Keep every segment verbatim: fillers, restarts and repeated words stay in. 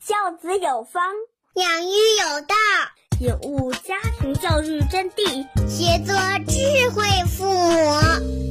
教子有方， 养育有道， 领悟家庭教育真谛， 学做智慧父母。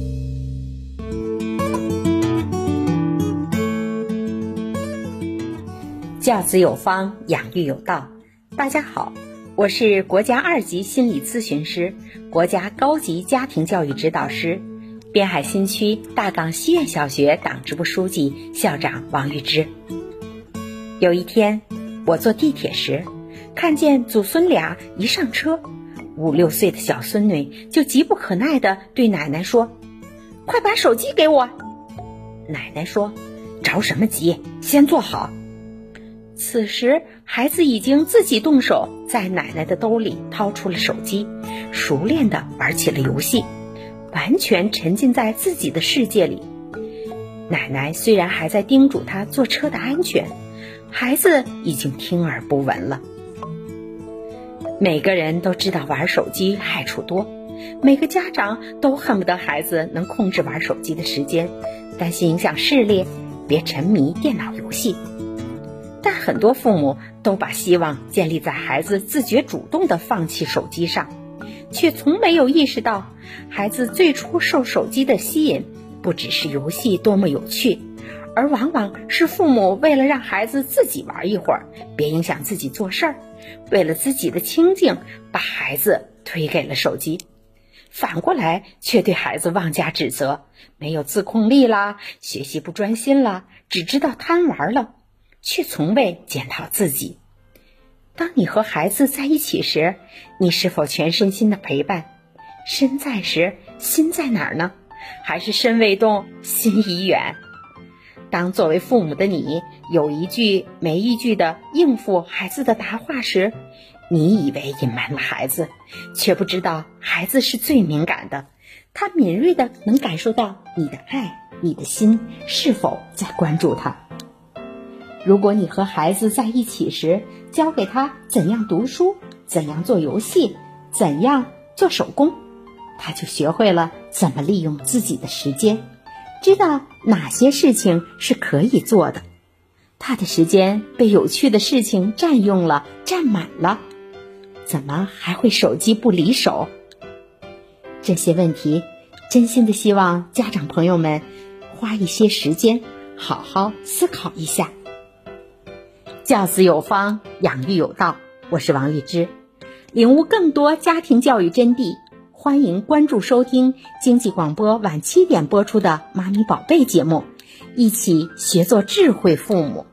教子有方，养育有道。大家好，我是国家二级心理咨询师，国家高级家庭教育指导师，滨海新区大港西苑小学党支部书记、校长王玉芝。有一天，我坐地铁时，看见祖孙俩一上车，五六岁的小孙女就急不可耐地对奶奶说：“快把手机给我！”奶奶说：“着什么急，先坐好。”此时，孩子已经自己动手在奶奶的兜里掏出了手机，熟练地玩起了游戏，完全沉浸在自己的世界里。奶奶虽然还在叮嘱他坐车的安全，孩子已经听而不闻了。每个人都知道玩手机害处多，每个家长都恨不得孩子能控制玩手机的时间，担心影响视力，别沉迷电脑游戏。但很多父母都把希望建立在孩子自觉主动地放弃手机上，却从没有意识到，孩子最初受手机的吸引，不只是游戏多么有趣，而往往是父母为了让孩子自己玩一会儿，别影响自己做事儿，为了自己的清静，把孩子推给了手机。反过来却对孩子妄加指责，没有自控力啦，学习不专心啦，只知道贪玩了，却从未检讨自己。当你和孩子在一起时，你是否全身心的陪伴？身在时，心在哪儿呢？还是身未动，心已远？当作为父母的你有一句没一句的应付孩子的答话时，你以为隐瞒了孩子，却不知道孩子是最敏感的，他敏锐的能感受到你的爱，你的心是否在关注他。如果你和孩子在一起时，教给他怎样读书，怎样做游戏，怎样做手工，他就学会了怎么利用自己的时间，知道哪些事情是可以做的。他的时间被有趣的事情占用了，占满了，怎么还会手机不离手？这些问题，真心的希望家长朋友们花一些时间好好思考一下。教子有方，养育有道，我是王玉芝。领悟更多家庭教育真谛，欢迎关注收听经济广播晚七点播出的《妈咪宝贝》节目，一起学做智慧父母。